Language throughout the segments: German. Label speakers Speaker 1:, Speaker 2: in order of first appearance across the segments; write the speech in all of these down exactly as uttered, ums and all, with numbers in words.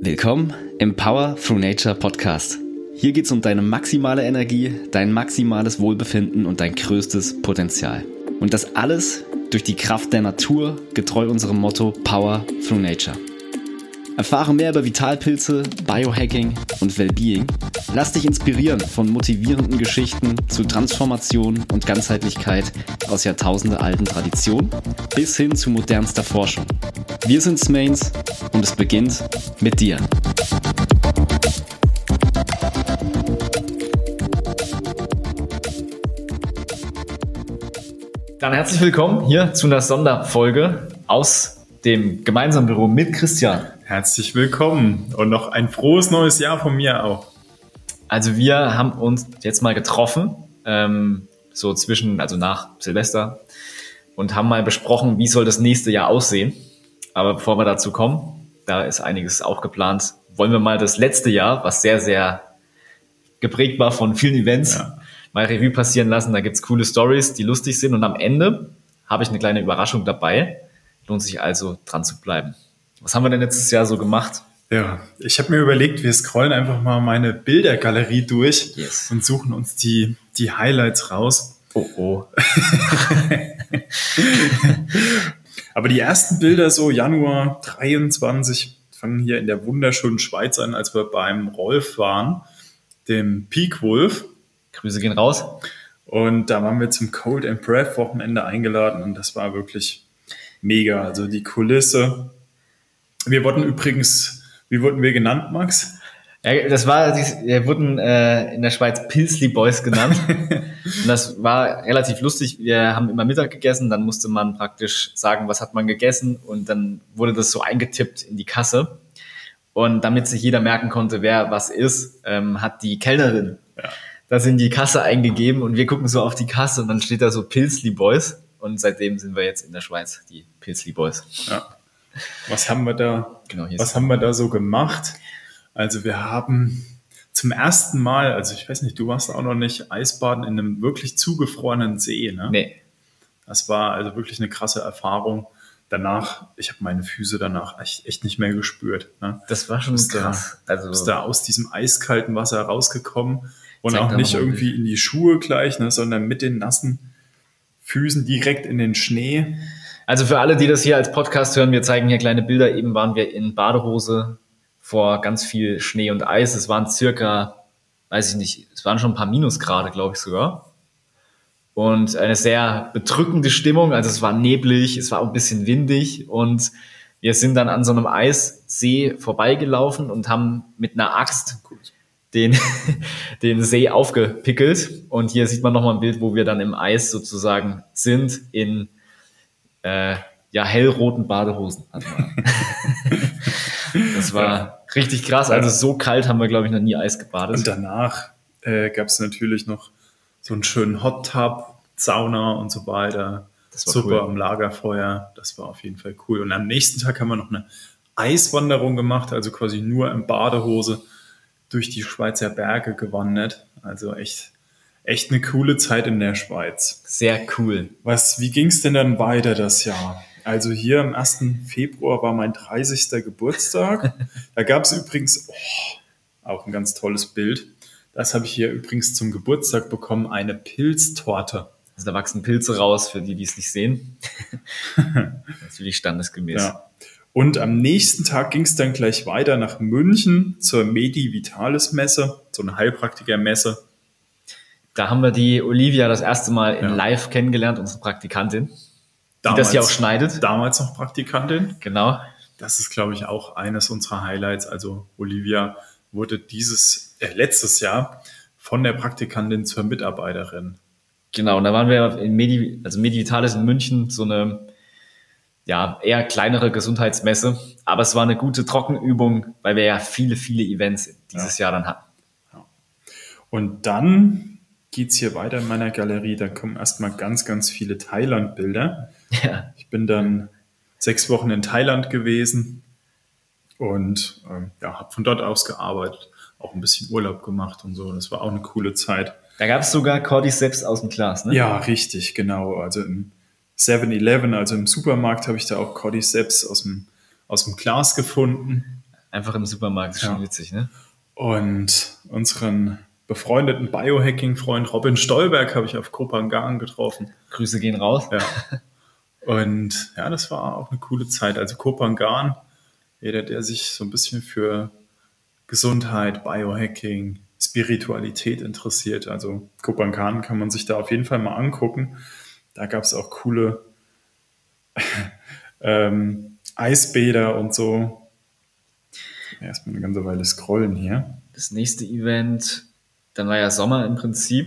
Speaker 1: Willkommen im Power Through Nature Podcast. Hier geht es um deine maximale Energie, dein maximales Wohlbefinden und dein größtes Potenzial. Und das alles durch die Kraft der Natur, getreu unserem Motto Power Through Nature. Erfahre mehr über Vitalpilze, Biohacking und Wellbeing. Lass dich inspirieren von motivierenden Geschichten zu Transformation und Ganzheitlichkeit aus jahrtausendealten Traditionen bis hin zu modernster Forschung. Wir sind Smains und es beginnt mit dir.
Speaker 2: Dann herzlich willkommen hier zu einer Sonderfolge aus dem gemeinsamen Büro mit Christian.
Speaker 3: Herzlich willkommen und noch ein frohes neues Jahr von mir auch.
Speaker 2: Also wir haben uns jetzt mal getroffen, ähm, so zwischen, also nach Silvester, und haben mal besprochen, wie soll das nächste Jahr aussehen. Aber bevor wir dazu kommen, da ist einiges auch geplant, wollen wir mal das letzte Jahr, was sehr, sehr geprägt war von vielen Events, ja, mal Revue passieren lassen. Da gibt's coole Stories, die lustig sind, und am Ende habe ich eine kleine Überraschung dabei. Lohnt sich also dran zu bleiben. Was haben wir denn letztes Jahr so gemacht?
Speaker 3: Ja, ich habe mir überlegt, wir scrollen einfach mal meine Bildergalerie durch,
Speaker 2: yes,
Speaker 3: und suchen uns die, die Highlights raus.
Speaker 2: Oh, oh.
Speaker 3: Aber die ersten Bilder, so Januar dreiundzwanzig, fangen hier in der wunderschönen Schweiz an, als wir beim Rolf waren, dem Peak Wolf.
Speaker 2: Grüße gehen raus.
Speaker 3: Und da waren wir zum Cold and Breath Wochenende eingeladen, und das war wirklich mega. Also die Kulisse. Wir wurden übrigens, wie wurden wir genannt, Max?
Speaker 2: Ja, das war, wir wurden äh, in der Schweiz Pilsli Boys genannt. Und das war relativ lustig. Wir haben immer Mittag gegessen, dann musste man praktisch sagen, was hat man gegessen, und dann wurde das so eingetippt in die Kasse. Und damit sich jeder merken konnte, wer was ist, ähm, hat die Kellnerin ja. das in die Kasse eingegeben, und wir gucken so auf die Kasse, und dann steht da so Pilsli Boys, und seitdem sind wir jetzt in der Schweiz die Pilsli Boys.
Speaker 3: Ja. Was haben wir da,
Speaker 2: genau, hier
Speaker 3: was haben wir da so gemacht? Also wir haben zum ersten Mal, also ich weiß nicht, du warst auch noch nicht Eisbaden in einem wirklich zugefrorenen See, ne?
Speaker 2: Nee.
Speaker 3: Das war also wirklich eine krasse Erfahrung. Danach, ich habe meine Füße danach echt, echt nicht mehr gespürt. Ne?
Speaker 2: Das war schon
Speaker 3: bist
Speaker 2: krass.
Speaker 3: Da,
Speaker 2: also
Speaker 3: bist da aus diesem eiskalten Wasser rausgekommen und auch nicht irgendwie in die Schuhe gleich, ne, sondern mit den nassen Füßen direkt in den Schnee.
Speaker 2: Also für alle, die das hier als Podcast hören, wir zeigen hier kleine Bilder. Eben waren wir in Badehose vor ganz viel Schnee und Eis. Es waren circa, weiß ich nicht, es waren schon ein paar Minusgrade, glaube ich sogar. Und eine sehr bedrückende Stimmung. Also es war neblig, es war auch ein bisschen windig, und wir sind dann an so einem Eissee vorbeigelaufen und haben mit einer Axt den, den See aufgepickelt. Und hier sieht man nochmal ein Bild, wo wir dann im Eis sozusagen sind, in äh, ja, hellroten Badehosen. Das war ja richtig krass. Also so kalt haben wir, glaube ich, noch nie Eis gebadet.
Speaker 3: Und danach äh, gab es natürlich noch so einen schönen Hot Tub, Sauna und so weiter. Das war super cool. Am Lagerfeuer. Das war auf jeden Fall cool. Und am nächsten Tag haben wir noch eine Eiswanderung gemacht, also quasi nur in Badehose durch die Schweizer Berge gewandert. Also echt, echt eine coole Zeit in der Schweiz.
Speaker 2: Sehr cool.
Speaker 3: Was, wie ging es denn dann weiter das Jahr? Also hier am ersten Februar war mein dreißigster Geburtstag. Da gab es übrigens oh, auch ein ganz tolles Bild. Das habe ich hier übrigens zum Geburtstag bekommen, eine Pilztorte.
Speaker 2: Also da wachsen Pilze raus, für die, die es nicht sehen. Natürlich standesgemäß.
Speaker 3: Ja. Und am nächsten Tag ging es dann gleich weiter nach München zur Medi Vitalis Messe, so eine Heilpraktiker-Messe.
Speaker 2: Da haben wir die Olivia das erste Mal in
Speaker 3: ja.
Speaker 2: live kennengelernt, unsere Praktikantin.
Speaker 3: Damals,
Speaker 2: die das hier auch schneidet.
Speaker 3: Damals noch Praktikantin.
Speaker 2: Genau.
Speaker 3: Das ist, glaube ich, auch eines unserer Highlights. Also Olivia wurde dieses, äh, letztes Jahr von der Praktikantin zur Mitarbeiterin.
Speaker 2: Genau, und da waren wir in Medi, also Medi Vitalis in München, so eine ja eher kleinere Gesundheitsmesse. Aber es war eine gute Trockenübung, weil wir ja viele, viele Events dieses ja. Jahr dann hatten.
Speaker 3: Ja. Und dann geht's hier weiter in meiner Galerie. Da kommen erstmal ganz, ganz viele Thailand-Bilder.
Speaker 2: Ja.
Speaker 3: Ich bin dann sechs Wochen in Thailand gewesen und ähm, ja, habe von dort aus gearbeitet, auch ein bisschen Urlaub gemacht und so. Das war auch eine coole Zeit.
Speaker 2: Da gab es sogar Cordyceps aus dem Glas, ne?
Speaker 3: Ja, richtig, genau. Also im seven eleven, also im Supermarkt, habe ich da auch Cordyceps aus dem, aus dem Glas gefunden.
Speaker 2: Einfach im Supermarkt, ist
Speaker 3: Ja.
Speaker 2: schon witzig, ne?
Speaker 3: Und unseren befreundeten Biohacking-Freund Robin Stolberg habe ich auf Kopangan getroffen.
Speaker 2: Grüße gehen raus.
Speaker 3: Ja. Und ja, das war auch eine coole Zeit. Also Kopangan, jeder, der sich so ein bisschen für Gesundheit, Biohacking, Spiritualität interessiert. Also Kopangan kann man sich da auf jeden Fall mal angucken. Da gab es auch coole ähm, Eisbäder und so. Erstmal eine ganze Weile scrollen hier.
Speaker 2: Das nächste Event, dann war ja Sommer im Prinzip,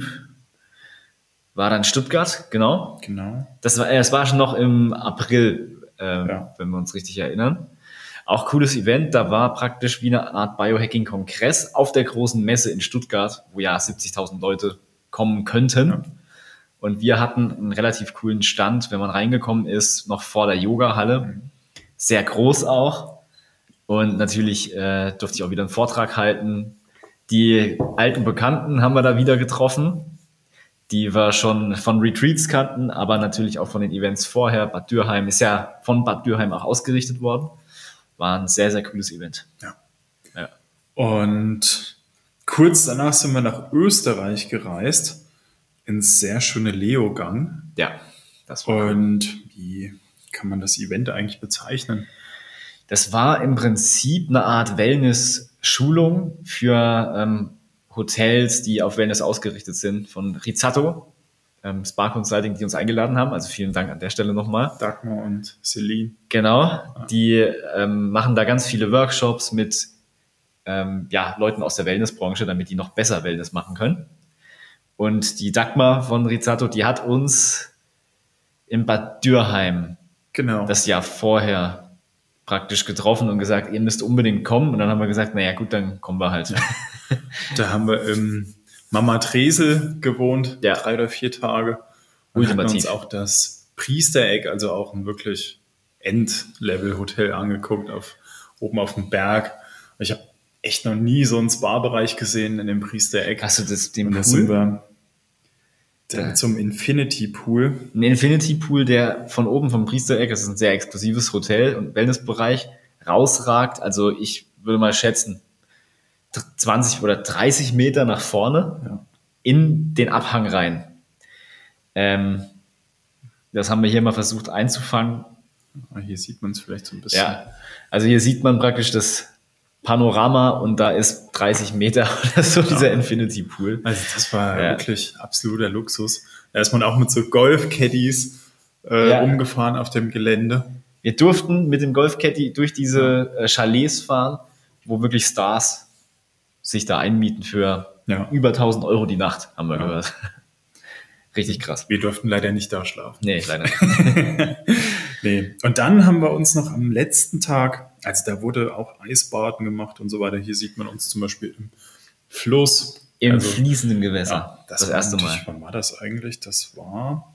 Speaker 2: war dann Stuttgart, genau.
Speaker 3: Genau.
Speaker 2: Das war, äh, es war schon noch im April, ähm,
Speaker 3: Ja.
Speaker 2: wenn wir uns richtig erinnern. Auch cooles Event, da war praktisch wie eine Art Biohacking-Kongress auf der großen Messe in Stuttgart, wo ja siebzigtausend Leute kommen könnten.
Speaker 3: Ja.
Speaker 2: Und wir hatten einen relativ coolen Stand, wenn man reingekommen ist, noch vor der Yoga-Halle. Sehr groß auch. Und natürlich äh, durfte ich auch wieder einen Vortrag halten. Die alten Bekannten haben wir da wieder getroffen, die wir schon von Retreats kannten, aber natürlich auch von den Events vorher. Bad Dürheim ist ja von Bad Dürheim auch ausgerichtet worden. War ein sehr, sehr cooles Event.
Speaker 3: Ja.
Speaker 2: Ja.
Speaker 3: Und kurz danach sind wir nach Österreich gereist, ins sehr schöne Leogang.
Speaker 2: Ja, das war cool.
Speaker 3: Und wie kann man das Event eigentlich bezeichnen?
Speaker 2: Das war im Prinzip eine Art Wellness-Schulung für ähm, Hotels, die auf Wellness ausgerichtet sind, von Rizzato, ähm, Spa Consulting, die uns eingeladen haben. Also vielen Dank an der Stelle nochmal.
Speaker 3: Dagmar und Celine.
Speaker 2: Genau, die ähm, machen da ganz viele Workshops mit ähm, ja, Leuten aus der Wellnessbranche, damit die noch besser Wellness machen können. Und die Dagmar von Rizzato, die hat uns in Bad Dürheim
Speaker 3: Genau.
Speaker 2: das Jahr vorher praktisch getroffen und gesagt, ihr müsst unbedingt kommen. Und dann haben wir gesagt, naja gut, dann kommen wir halt.
Speaker 3: Da haben wir im Mama Tresel gewohnt,
Speaker 2: Ja.
Speaker 3: drei oder vier Tage. Und hatten
Speaker 2: Ultimativ.
Speaker 3: uns auch das Priestereck, also auch ein wirklich Endlevel-Hotel angeguckt, auf, oben auf dem Berg. Ich habe echt noch nie so einen Spa-Bereich gesehen in dem Priestereck.
Speaker 2: Hast du das, den
Speaker 3: Und da sind
Speaker 2: Pool?
Speaker 3: wir da zum Infinity Pool.
Speaker 2: Ein Infinity Pool, der von oben vom Priestereck, das ist ein sehr exklusives Hotel und Wellnessbereich, rausragt. Also ich würde mal schätzen, zwanzig oder dreißig Meter nach vorne
Speaker 3: Ja.
Speaker 2: in den Abhang rein. Ähm, das haben wir hier mal versucht einzufangen.
Speaker 3: Ah, hier sieht man es vielleicht so ein bisschen.
Speaker 2: Ja, also hier sieht man praktisch das Panorama und da ist dreißig Meter oder so dieser Infinity Pool.
Speaker 3: Also das war
Speaker 2: Ja.
Speaker 3: wirklich absoluter Luxus. Da ist man auch mit so Golf-Caddies äh,
Speaker 2: Ja.
Speaker 3: rumgefahren auf dem Gelände.
Speaker 2: Wir durften mit dem Golfcaddy durch diese äh, Chalets fahren, wo wirklich Stars sich da einmieten für
Speaker 3: Ja.
Speaker 2: über tausend Euro die Nacht, haben wir
Speaker 3: Ja.
Speaker 2: gehört. Richtig krass.
Speaker 3: Wir durften leider nicht da schlafen.
Speaker 2: Nee, leider nicht.
Speaker 3: Nee. Und dann haben wir uns noch am letzten Tag, also da wurde auch Eisbaden gemacht und so weiter. Hier sieht man uns zum Beispiel im Fluss.
Speaker 2: Im
Speaker 3: Also,
Speaker 2: fließenden Gewässer.
Speaker 3: ja, das,
Speaker 2: das
Speaker 3: war
Speaker 2: erste Mal.
Speaker 3: natürlich- Wann war das eigentlich? Das war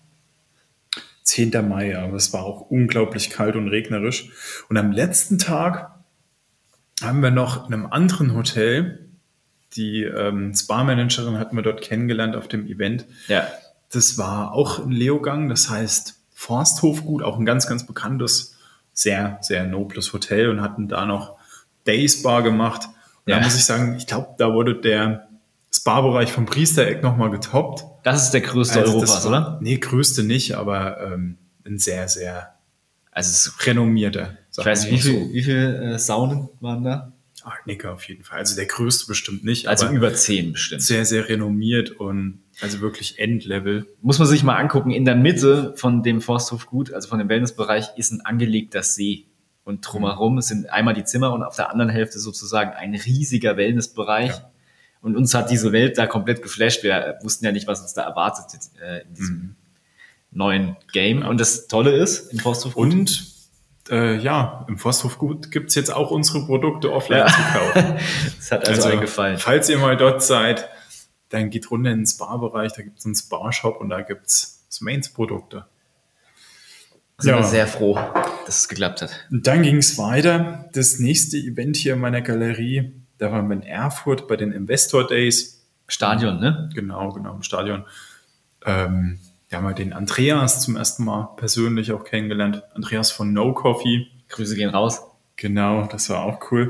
Speaker 3: zehnten Mai, aber es war auch unglaublich kalt und regnerisch. Und am letzten Tag haben wir noch in einem anderen Hotel, die ähm, Spa-Managerin hatten wir dort kennengelernt auf dem Event.
Speaker 2: Ja.
Speaker 3: Das war auch in Leogang, das heißt Forsthofgut, auch ein ganz, ganz bekanntes, sehr, sehr nobles Hotel und hatten da noch Day Spa gemacht. Und
Speaker 2: Ja.
Speaker 3: da muss ich sagen, ich glaube, da wurde der Spa-Bereich vom Priestereck nochmal getoppt.
Speaker 2: Das ist der größte
Speaker 3: Also
Speaker 2: Europas,
Speaker 3: das war-
Speaker 2: oder?
Speaker 3: Nee, größte nicht, aber ähm, ein sehr, sehr
Speaker 2: Also es-
Speaker 3: renommierter.
Speaker 2: ich weiß, wie viel, wie viel äh, Saunen waren da?
Speaker 3: Nicker auf jeden Fall. Also der größte bestimmt nicht,
Speaker 2: Also
Speaker 3: aber
Speaker 2: über zehn bestimmt.
Speaker 3: sehr, sehr renommiert und also wirklich Endlevel.
Speaker 2: Muss man sich mal angucken. In der Mitte von dem Forsthofgut, also von dem Wellnessbereich, ist ein angelegter See. Und drumherum sind einmal die Zimmer und auf der anderen Hälfte sozusagen ein riesiger Wellnessbereich.
Speaker 3: Ja.
Speaker 2: Und uns hat diese Welt da komplett geflasht. Wir wussten ja nicht, was uns da erwartet äh, in diesem neuen Game. Und das Tolle ist, im Forsthofgut,
Speaker 3: Und äh, ja, im Forsthofgut gibt es jetzt auch unsere Produkte offline
Speaker 2: Ja.
Speaker 3: zu kaufen.
Speaker 2: das hat also, allen gefallen.
Speaker 3: Falls ihr mal dort seid, dann geht runter in den Spa-Bereich, da gibt es einen Spa-Shop und da gibt es Smains-Produkte.
Speaker 2: Sind
Speaker 3: Ja.
Speaker 2: wir sehr froh, dass es geklappt hat.
Speaker 3: Und dann ging es weiter. Das nächste Event hier in meiner Galerie, da waren wir in Erfurt bei den Investor Days.
Speaker 2: Stadion, ne?
Speaker 3: Genau, genau, im Stadion. Ähm, da haben wir den Andreas zum ersten Mal persönlich auch kennengelernt. Andreas von No Coffee.
Speaker 2: Grüße gehen raus.
Speaker 3: Genau, das war auch cool.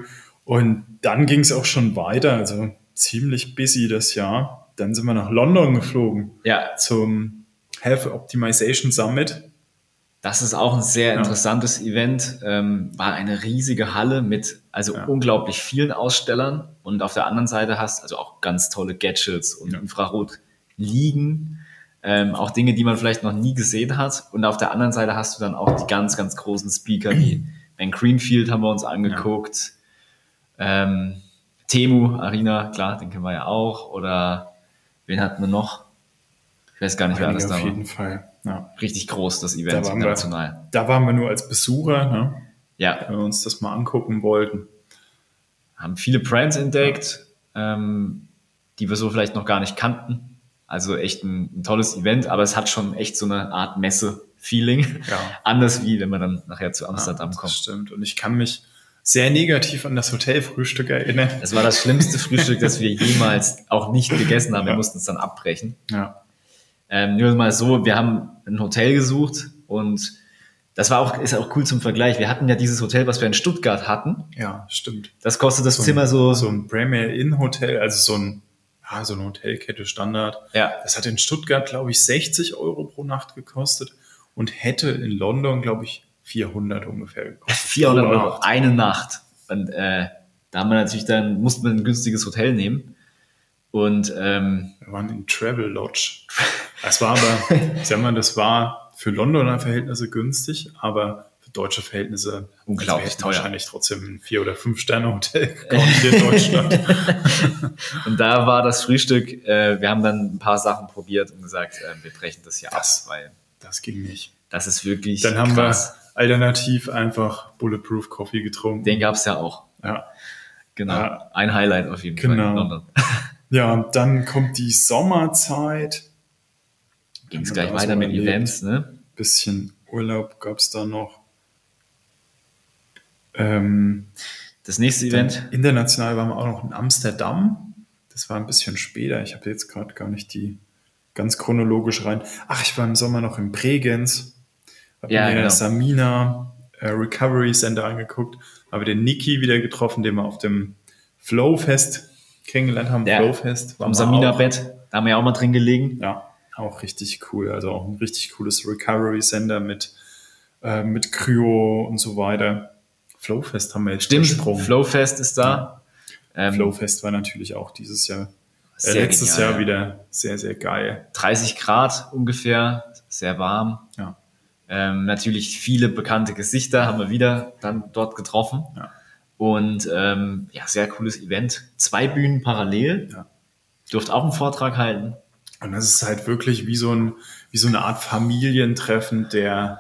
Speaker 3: Und dann ging es auch schon weiter, also ziemlich busy das Jahr. Dann sind wir nach London geflogen.
Speaker 2: Ja.
Speaker 3: Zum Health Optimization Summit.
Speaker 2: Das ist auch ein sehr interessantes ja. Event. Ähm, war eine riesige Halle mit also ja. unglaublich vielen Ausstellern. Und auf der anderen Seite hast also auch ganz tolle Gadgets und ja. Infrarot-Liegen. Ähm, auch Dinge, die man vielleicht noch nie gesehen hat. Und auf der anderen Seite hast du dann auch die ganz, ganz großen Speaker wie Ben Greenfield haben wir uns angeguckt. Ja. Ähm, Temu, Arena, klar, den kennen wir ja auch. Oder wen hatten wir noch? Ich weiß gar nicht, wer alles da war.
Speaker 3: Auf jeden Fall. Ja.
Speaker 2: Richtig groß, das Event
Speaker 3: da
Speaker 2: international.
Speaker 3: Wir, da waren wir nur als Besucher, ne?
Speaker 2: Ja.
Speaker 3: Wenn wir uns das mal angucken wollten.
Speaker 2: Haben viele Brands entdeckt, ja. ähm, die wir so vielleicht noch gar nicht kannten. Also echt ein, ein tolles Event, aber es hat schon echt so eine Art Messe-Feeling. Ja. Anders wie, wenn man dann nachher zu Amsterdam
Speaker 3: ja, das
Speaker 2: kommt.
Speaker 3: Stimmt. Und ich kann mich sehr negativ an das Hotelfrühstück erinnern.
Speaker 2: Das war das schlimmste Frühstück, das wir jemals auch nicht gegessen haben. Wir ja. mussten es dann abbrechen.
Speaker 3: Ja.
Speaker 2: Ähm, nur mal so, wir haben ein Hotel gesucht und das war auch, ist auch cool zum Vergleich. Wir hatten ja dieses Hotel, was wir in Stuttgart hatten.
Speaker 3: Ja, stimmt.
Speaker 2: Das kostet das
Speaker 3: so
Speaker 2: Zimmer
Speaker 3: ein,
Speaker 2: so...
Speaker 3: So ein Premier Inn Hotel, also so ein, ja, so eine Hotelkette Standard.
Speaker 2: Ja.
Speaker 3: Das hat in Stuttgart, glaube ich, sechzig Euro pro Nacht gekostet und hätte in London, glaube ich, vierhundert ungefähr gekostet.
Speaker 2: vierhundert Euro, eine Nacht. Und äh, da haben wir natürlich dann, mussten wir ein günstiges Hotel nehmen. Und ähm,
Speaker 3: wir waren in Travel Lodge. Das war aber, ich sag mal, das war für Londoner Verhältnisse günstig, aber für deutsche Verhältnisse
Speaker 2: unglaublich
Speaker 3: also
Speaker 2: teuer.
Speaker 3: Wahrscheinlich trotzdem ein Vier- oder Fünf-Sterne-Hotel gekauft hier in Deutschland.
Speaker 2: Und da war das Frühstück, äh, wir haben dann ein paar Sachen probiert und gesagt, äh, wir brechen das hier
Speaker 3: das,
Speaker 2: ab, weil
Speaker 3: das ging nicht.
Speaker 2: Das ist wirklich
Speaker 3: Dann haben
Speaker 2: krass.
Speaker 3: wir alternativ einfach Bulletproof Coffee getrunken.
Speaker 2: Den gab es ja auch.
Speaker 3: Ja.
Speaker 2: Genau,
Speaker 3: ja.
Speaker 2: Ein Highlight auf jeden
Speaker 3: genau.
Speaker 2: Fall in London.
Speaker 3: Ja, und dann kommt die Sommerzeit.
Speaker 2: Ging es gleich weiter mit erlebt. Events, ne?
Speaker 3: Bisschen Urlaub gab es da noch. Ähm,
Speaker 2: das nächste Event?
Speaker 3: International waren wir auch noch in Amsterdam. Das war ein bisschen später. Ich habe jetzt gerade gar nicht die ganz chronologisch rein. Ach, ich war im Sommer noch in Bregenz. Habe
Speaker 2: ja,
Speaker 3: mir
Speaker 2: genau.
Speaker 3: das Samina äh, Recovery Center angeguckt. Habe den Niki wieder getroffen, den wir auf dem Flowfest kennengelernt haben.
Speaker 2: Ja,
Speaker 3: Flowfest.
Speaker 2: Am Samina-Bett. Da haben wir auch mal drin gelegen.
Speaker 3: Ja, auch richtig cool. Also auch ein richtig cooles Recovery Center mit, äh, mit Kryo und so weiter. Flowfest haben wir jetzt
Speaker 2: Stimmt,
Speaker 3: gesprungen.
Speaker 2: Flowfest ist da.
Speaker 3: Ja. Ähm, Flowfest war natürlich auch dieses Jahr, äh, letztes
Speaker 2: genial,
Speaker 3: Jahr wieder sehr, sehr geil.
Speaker 2: dreißig Grad ungefähr, sehr warm.
Speaker 3: Ja.
Speaker 2: Ähm, natürlich viele bekannte Gesichter haben wir wieder dann dort getroffen.
Speaker 3: Ja.
Speaker 2: Und ähm, ja, sehr cooles Event. Zwei Bühnen parallel.
Speaker 3: Ja.
Speaker 2: Durft auch einen Vortrag halten.
Speaker 3: Und das ist halt wirklich wie so, ein, wie so eine Art Familientreffen der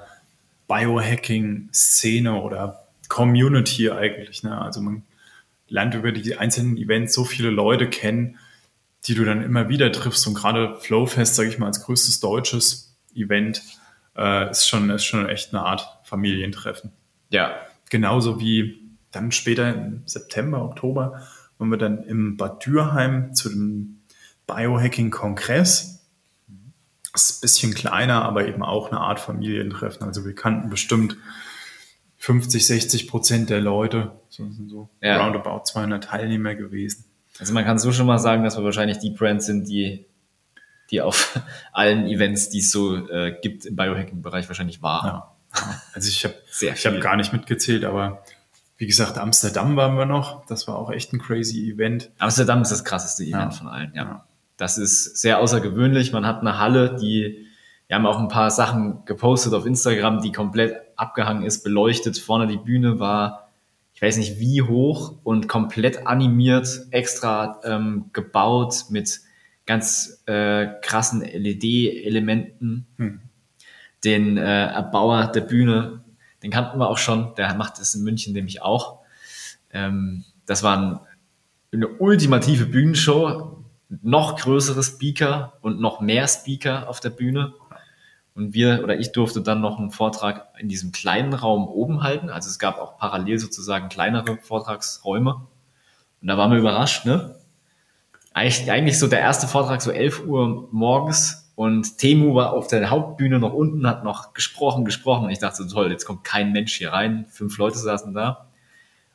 Speaker 3: Biohacking-Szene oder Community eigentlich. Ne? Also man lernt über die einzelnen Events so viele Leute kennen, die du dann immer wieder triffst. Und gerade Flowfest, sage ich mal, als größtes deutsches Event, äh, ist, schon, ist schon echt eine Art Familientreffen.
Speaker 2: Ja.
Speaker 3: Genauso wie dann später im September, Oktober, waren wir dann im Bad Dürheim zu dem Biohacking-Kongress. Das ist ein bisschen kleiner, aber eben auch eine Art Familientreffen. Also wir kannten bestimmt fünfzig, sechzig Prozent der Leute. So sind so
Speaker 2: ja.
Speaker 3: roundabout zweihundert Teilnehmer gewesen.
Speaker 2: Also man kann so schon mal sagen, dass wir wahrscheinlich die Brands sind, die, die auf allen Events, die es so äh, gibt im Biohacking-Bereich wahrscheinlich waren.
Speaker 3: Ja. Also ich habe ich hab gar nicht mitgezählt, aber wie gesagt, Amsterdam waren wir noch. Das war auch echt ein crazy Event.
Speaker 2: Amsterdam ist das krasseste Event
Speaker 3: ja.
Speaker 2: von allen, ja. ja. Das ist sehr außergewöhnlich. Man hat eine Halle, die, wir haben auch ein paar Sachen gepostet auf Instagram, die komplett abgehangen ist, beleuchtet. Vorne die Bühne war, ich weiß nicht wie hoch und komplett animiert, extra ähm, gebaut mit ganz äh, krassen L E D-Elementen. Hm. Den äh, Erbauer der Bühne, den kannten wir auch schon, der macht das in München nämlich auch. Ähm, das war ein, eine ultimative Bühnenshow, noch größere Speaker und noch mehr Speaker auf der Bühne. Und wir oder ich durfte dann noch einen Vortrag in diesem kleinen Raum oben halten. Also es gab auch parallel sozusagen kleinere Vortragsräume. Und da waren wir überrascht, ne? Eigentlich, eigentlich so der erste Vortrag so elf Uhr morgens und Temu war auf der Hauptbühne noch unten, hat noch gesprochen, gesprochen. Und ich dachte so, toll, jetzt kommt kein Mensch hier rein. Fünf Leute saßen da.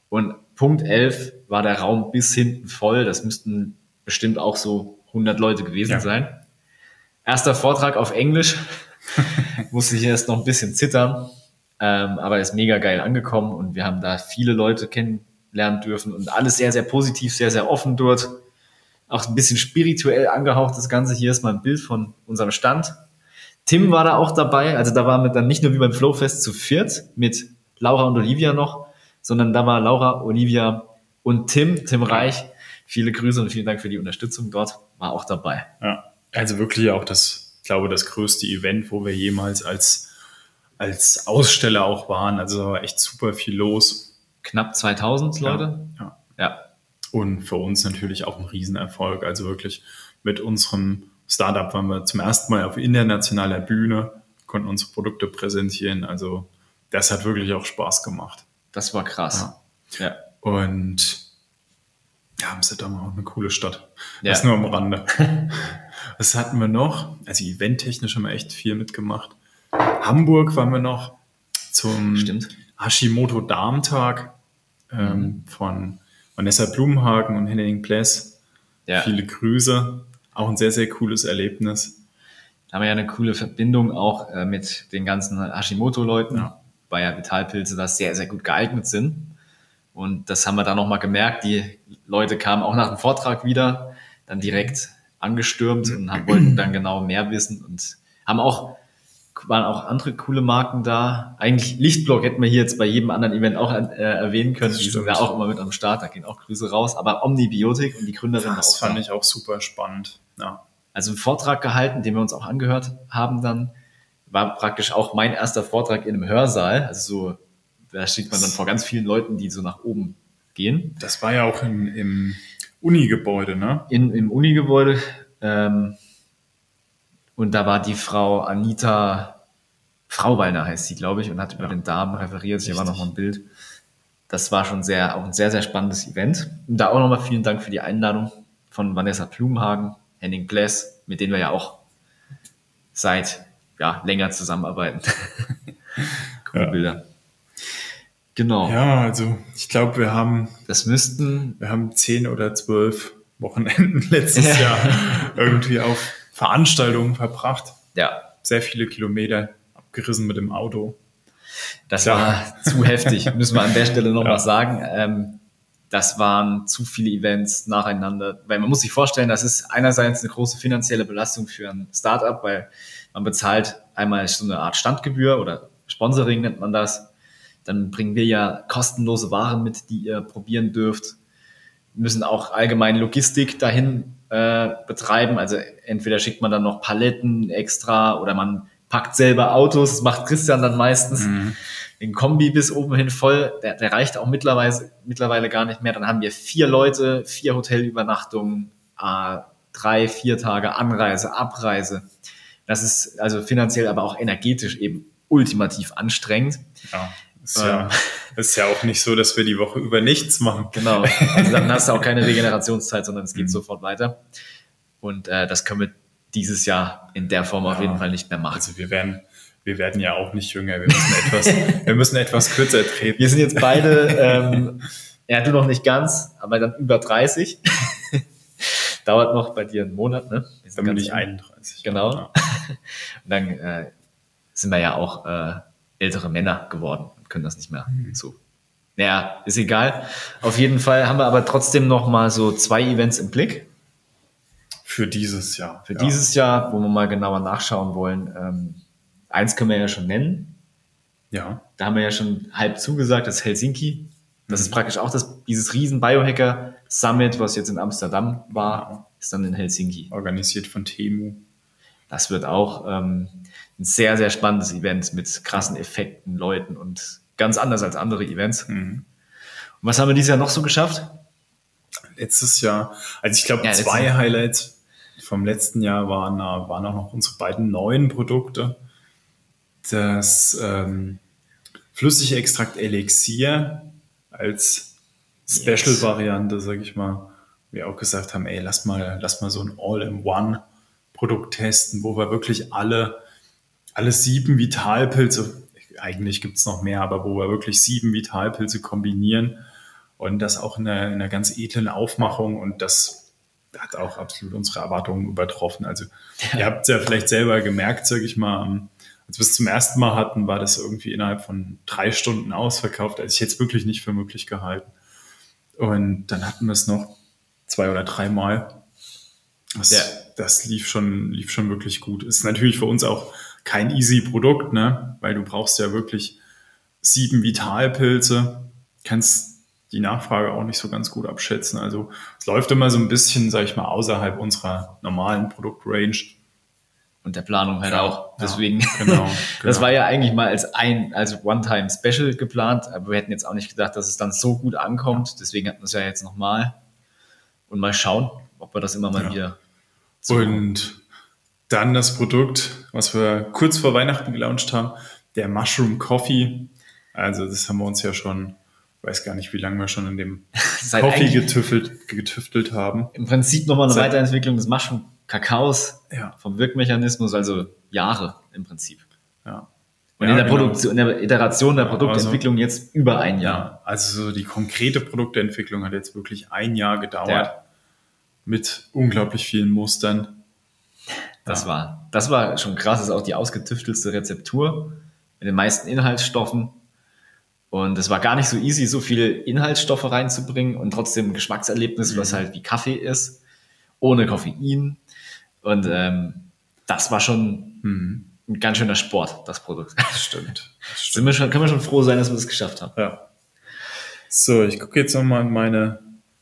Speaker 2: Und Punkt elf war der Raum bis hinten voll. Das müssten bestimmt auch so hundert Leute gewesen ja. sein. Erster Vortrag auf Englisch. Musste ich erst noch ein bisschen zittern. Ähm, aber ist mega geil angekommen und wir haben da viele Leute kennenlernen dürfen und alles sehr, sehr positiv, sehr, sehr offen dort. Auch ein bisschen spirituell angehaucht das Ganze. Hier ist mal ein Bild von unserem Stand. Tim war da auch dabei. Also da waren wir dann nicht nur wie beim Flowfest zu viert mit Laura und Olivia noch, sondern da war Laura, Olivia und Tim, Tim Reich. Viele Grüße und vielen Dank für die Unterstützung dort. War auch dabei.
Speaker 3: Ja, also wirklich auch das, ich glaube, das größte Event, wo wir jemals als, als Aussteller auch waren. Also echt super viel los.
Speaker 2: Knapp zweitausend Leute.
Speaker 3: Ja.
Speaker 2: ja. ja.
Speaker 3: Und für uns natürlich auch ein Riesenerfolg. Also wirklich mit unserem Startup waren wir zum ersten Mal auf internationaler Bühne, konnten unsere Produkte präsentieren. Also das hat wirklich auch Spaß gemacht.
Speaker 2: Das war krass.
Speaker 3: Ja. ja. Und ja, Amsterdam war auch eine coole Stadt.
Speaker 2: Ja.
Speaker 3: Das nur am Rande. Was hatten wir noch? Also eventtechnisch haben wir echt viel mitgemacht. Hamburg waren wir noch zum
Speaker 2: Stimmt.
Speaker 3: Hashimoto-Darmtag ähm, mhm. von Vanessa Blumhagen und Henning Pless.
Speaker 2: Ja.
Speaker 3: Viele Grüße. Auch ein sehr, sehr cooles Erlebnis.
Speaker 2: Da haben wir ja eine coole Verbindung auch äh, mit den ganzen Hashimoto-Leuten,
Speaker 3: ja.
Speaker 2: weil ja Vitalpilze da sehr, sehr gut geeignet sind. Und das haben wir dann nochmal gemerkt. Die Leute kamen auch nach dem Vortrag wieder, dann direkt angestürmt und haben, wollten dann genau mehr wissen und haben auch, waren auch andere coole Marken da. Eigentlich Lichtblock hätten wir hier jetzt bei jedem anderen Event auch äh, erwähnen können. Die sind ja auch immer mit am Start, da gehen auch Grüße raus. Aber Omnibiotik und die Gründerin
Speaker 3: das
Speaker 2: auch.
Speaker 3: fand
Speaker 2: da.
Speaker 3: ich auch super spannend. Ja.
Speaker 2: Also einen Vortrag gehalten, den wir uns auch angehört haben dann, war praktisch auch mein erster Vortrag in einem Hörsaal. Also so, da steht man dann vor ganz vielen Leuten, die so nach oben gehen.
Speaker 3: Das war ja auch in, im Uni-Gebäude, ne?
Speaker 2: In, Im Uni-Gebäude. Ähm, und da war die Frau Anita Frauweiner heißt sie, glaube ich, und hat ja. über den Darm referiert. Hier war noch mal ein Bild. Das war schon sehr, auch ein sehr, sehr spannendes Event. Und da auch nochmal vielen Dank für die Einladung von Vanessa Blumhagen, Henning Pless, mit denen wir ja auch seit ja, länger zusammenarbeiten. Coole
Speaker 3: ja.
Speaker 2: Bilder. Genau.
Speaker 3: Ja, also ich glaube, wir haben
Speaker 2: das müssten
Speaker 3: wir haben zehn oder zwölf Wochenenden letztes Jahr irgendwie auf Veranstaltungen verbracht.
Speaker 2: Ja.
Speaker 3: Sehr viele Kilometer abgerissen mit dem Auto.
Speaker 2: Das ja. war zu heftig, müssen wir an der Stelle nochmal ja. sagen. Ähm, das waren zu viele Events nacheinander, weil man muss sich vorstellen, das ist einerseits eine große finanzielle Belastung für ein Startup, weil man bezahlt einmal so eine Art Standgebühr oder Sponsoring nennt man das. Dann bringen wir ja kostenlose Waren mit, die ihr probieren dürft. Wir müssen auch allgemein Logistik dahin äh, betreiben. Also entweder schickt man dann noch Paletten extra oder man packt selber Autos. Das macht Christian dann meistens. Mhm. Den Kombi bis oben hin voll. Der, der reicht auch mittlerweile, mittlerweile gar nicht mehr. Dann haben wir vier Leute, vier Hotelübernachtungen, äh, drei, vier Tage Anreise, Abreise. Das ist also finanziell, aber auch energetisch eben ultimativ anstrengend.
Speaker 3: Ja. Ist ja, ist ja auch nicht so, dass wir die Woche über nichts machen.
Speaker 2: Genau. Also dann hast du auch keine Regenerationszeit, sondern es geht mhm. sofort weiter. Und äh, das können wir dieses Jahr in der Form ja, auf jeden Fall nicht mehr machen.
Speaker 3: Also wir werden, wir werden ja auch nicht jünger. Wir müssen etwas, wir müssen etwas kürzer treten.
Speaker 2: Wir sind jetzt beide, ähm, ja, du noch nicht ganz, aber dann über dreißig. Dauert noch bei dir einen Monat, ne?
Speaker 3: Dann bin ich einunddreißig.
Speaker 2: Genau. Ja. Und dann äh, sind wir ja auch äh, ältere Männer geworden. Können das nicht mehr mhm. so. Naja, ist egal. Auf jeden Fall haben wir aber trotzdem noch mal so zwei Events im Blick.
Speaker 3: Für dieses Jahr.
Speaker 2: Für ja. dieses Jahr, wo wir mal genauer nachschauen wollen. Ähm, eins können wir ja schon nennen.
Speaker 3: Ja.
Speaker 2: Da haben wir ja schon halb zugesagt, das ist Helsinki. Das mhm. ist praktisch auch das, dieses riesen Biohacker Summit, was jetzt in Amsterdam war, ja. ist dann in Helsinki.
Speaker 3: Organisiert von Temu.
Speaker 2: Das wird auch ähm, ein sehr, sehr spannendes Event mit krassen Effekten, Leuten und ganz anders als andere Events. Mhm. Und was haben wir dieses Jahr noch so geschafft?
Speaker 3: Letztes Jahr, also ich glaube, ja, zwei Highlights vom letzten Jahr waren, waren auch noch unsere beiden neuen Produkte. Das ähm, Flüssigextrakt Elixier als Special-Variante, yes. sage ich mal. Wir auch gesagt haben, ey, lass mal, lass mal so ein All-in-One Produkt testen, wo wir wirklich alle, alle sieben Vitalpilze, eigentlich gibt es noch mehr, aber wo wir wirklich sieben Vitalpilze kombinieren und das auch in einer, in einer ganz edlen Aufmachung und das hat auch absolut unsere Erwartungen übertroffen. Also ja. Ihr habt es ja vielleicht selber gemerkt, sage ich mal, als wir es zum ersten Mal hatten, war das irgendwie innerhalb von drei Stunden ausverkauft. Also ich hätte es wirklich nicht für möglich gehalten. Und dann hatten wir es noch zwei oder dreimal. Das, ja. das lief schon, lief schon wirklich gut. Ist natürlich für uns auch kein easy Produkt, ne? Weil du brauchst ja wirklich sieben Vitalpilze, kannst die Nachfrage auch nicht so ganz gut abschätzen. Also es läuft immer so ein bisschen, sag ich mal, außerhalb unserer normalen Produktrange.
Speaker 2: Und der Planung halt ja, auch. Deswegen,
Speaker 3: ja, genau, genau.
Speaker 2: Das war ja eigentlich mal als ein, als One-Time-Special geplant, aber wir hätten jetzt auch nicht gedacht, dass es dann so gut ankommt. Deswegen hatten wir es ja jetzt nochmal. Und mal schauen, ob wir das immer mal ja. wieder
Speaker 3: und dann das Produkt, was wir kurz vor Weihnachten gelauncht haben, der Mushroom Coffee. Also das haben wir uns ja schon, ich weiß gar nicht, wie lange wir schon in dem Coffee getüftelt, getüftelt haben.
Speaker 2: Im Prinzip nochmal eine Seit, Weiterentwicklung des Mushroom Kakaos,
Speaker 3: ja.
Speaker 2: vom Wirkmechanismus, also Jahre im Prinzip.
Speaker 3: Ja.
Speaker 2: Und
Speaker 3: ja,
Speaker 2: in, der
Speaker 3: genau.
Speaker 2: Produktion, in der Iteration der Produktentwicklung also, jetzt über ein Jahr.
Speaker 3: Ja, also so die konkrete Produktentwicklung hat jetzt wirklich ein Jahr gedauert. Ja. Mit unglaublich vielen Mustern.
Speaker 2: Das ja. war, das war schon krass. Das ist auch die ausgetüftelste Rezeptur mit den meisten Inhaltsstoffen. Und es war gar nicht so easy, so viele Inhaltsstoffe reinzubringen und trotzdem ein Geschmackserlebnis, mhm. was halt wie Kaffee ist, ohne Koffein. Und ähm, das war schon mhm. ein ganz schöner Sport, das Produkt.
Speaker 3: Das stimmt. Das stimmt.
Speaker 2: Sind wir schon, können wir schon froh sein, dass wir das geschafft haben.
Speaker 3: Ja. So, ich gucke jetzt nochmal in meine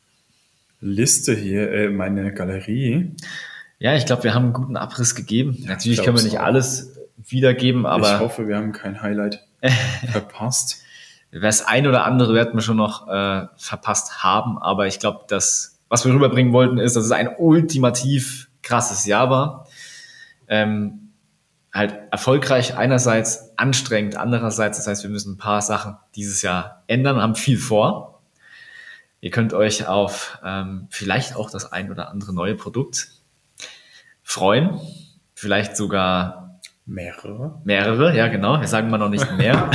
Speaker 3: Liste hier, äh, meine Galerie.
Speaker 2: Ja, ich glaube, wir haben einen guten Abriss gegeben. Ja, natürlich können wir nicht auch. alles wiedergeben, aber
Speaker 3: ich hoffe, wir haben kein Highlight verpasst.
Speaker 2: Das ein oder andere werden wir schon noch äh, verpasst haben, aber ich glaube, das, was wir rüberbringen wollten, ist, dass es ein ultimativ krasses Jahr war. Ähm, halt erfolgreich einerseits, anstrengend andererseits. Das heißt, wir müssen ein paar Sachen dieses Jahr ändern, haben viel vor. Ihr könnt euch auf ähm, vielleicht auch das ein oder andere neue Produkt freuen. Vielleicht sogar
Speaker 3: mehrere.
Speaker 2: Mehrere, ja genau. Wir sagen mal noch nicht mehr.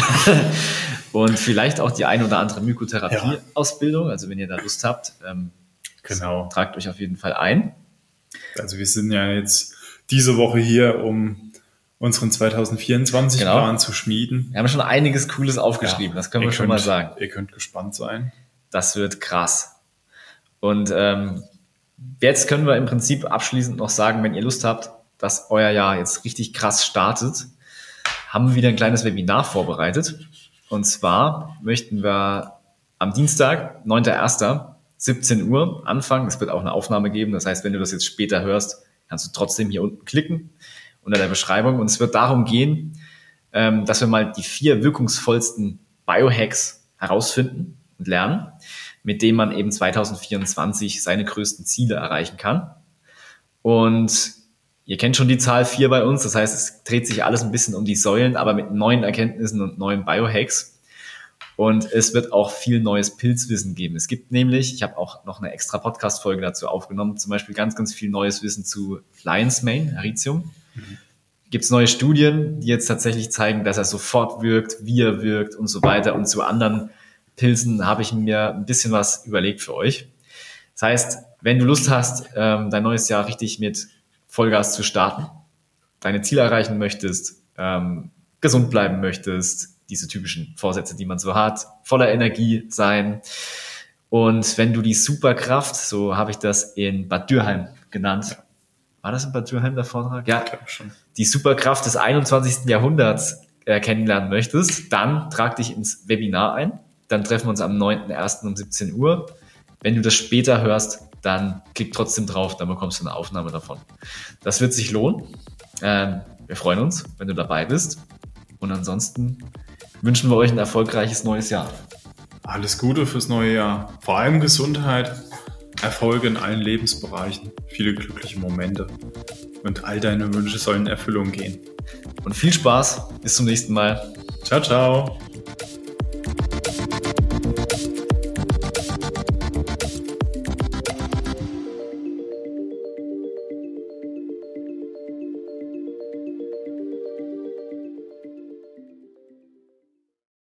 Speaker 2: Und vielleicht auch die ein oder andere Mykotherapie-Ausbildung. Also wenn ihr da Lust habt, ähm,
Speaker 3: genau.
Speaker 2: tragt euch auf jeden Fall ein.
Speaker 3: Also wir sind ja jetzt diese Woche hier, um unseren zwanzig vierundzwanzig-Plan genau. zu schmieden.
Speaker 2: Wir haben schon einiges Cooles aufgeschrieben, ja, das können wir schon
Speaker 3: könnt,
Speaker 2: mal sagen.
Speaker 3: Ihr könnt gespannt sein.
Speaker 2: Das wird krass. Und ähm, jetzt können wir im Prinzip abschließend noch sagen, wenn ihr Lust habt, dass euer Jahr jetzt richtig krass startet, haben wir wieder ein kleines Webinar vorbereitet. Und zwar möchten wir am Dienstag, neunter erster siebzehn Uhr anfangen. Es wird auch eine Aufnahme geben. Das heißt, wenn du das jetzt später hörst, kannst du trotzdem hier unten klicken unter der Beschreibung. Und es wird darum gehen, ähm, dass wir mal die vier wirkungsvollsten Biohacks herausfinden und lernen, mit denen man eben zwanzig vierundzwanzig seine größten Ziele erreichen kann. Und ihr kennt schon die Zahl vier bei uns, das heißt, es dreht sich alles ein bisschen um die Säulen, aber mit neuen Erkenntnissen und neuen Biohacks. Und es wird auch viel neues Pilzwissen geben. Es gibt nämlich, ich habe auch noch eine extra Podcast-Folge dazu aufgenommen, zum Beispiel ganz, ganz viel neues Wissen zu Lion's Mane, Heritium. Mhm. Gibt es neue Studien, die jetzt tatsächlich zeigen, dass er sofort wirkt, wie er wirkt und so weiter. Und zu anderen Pilzen habe ich mir ein bisschen was überlegt für euch. Das heißt, wenn du Lust hast, dein neues Jahr richtig mit Vollgas zu starten, deine Ziele erreichen möchtest, gesund bleiben möchtest, diese typischen Vorsätze, die man so hat, voller Energie sein. Und wenn du die Superkraft, so habe ich das in Bad Dürheim genannt. War das in Bad Dürheim der Vortrag? Ja, ich glaube schon. Die Superkraft des einundzwanzigsten Jahrhunderts äh, kennenlernen möchtest, dann trag dich ins Webinar ein. Dann treffen wir uns am neunten ersten um siebzehn Uhr. Wenn du das später hörst, dann klick trotzdem drauf, dann bekommst du eine Aufnahme davon. Das wird sich lohnen. Ähm, wir freuen uns, wenn du dabei bist. Und ansonsten wünschen wir euch ein erfolgreiches neues Jahr.
Speaker 3: Alles Gute fürs neue Jahr. Vor allem Gesundheit, Erfolge in allen Lebensbereichen, viele glückliche Momente. Und all deine Wünsche sollen in Erfüllung gehen.
Speaker 2: Und viel Spaß. Bis zum nächsten Mal.
Speaker 3: Ciao, ciao.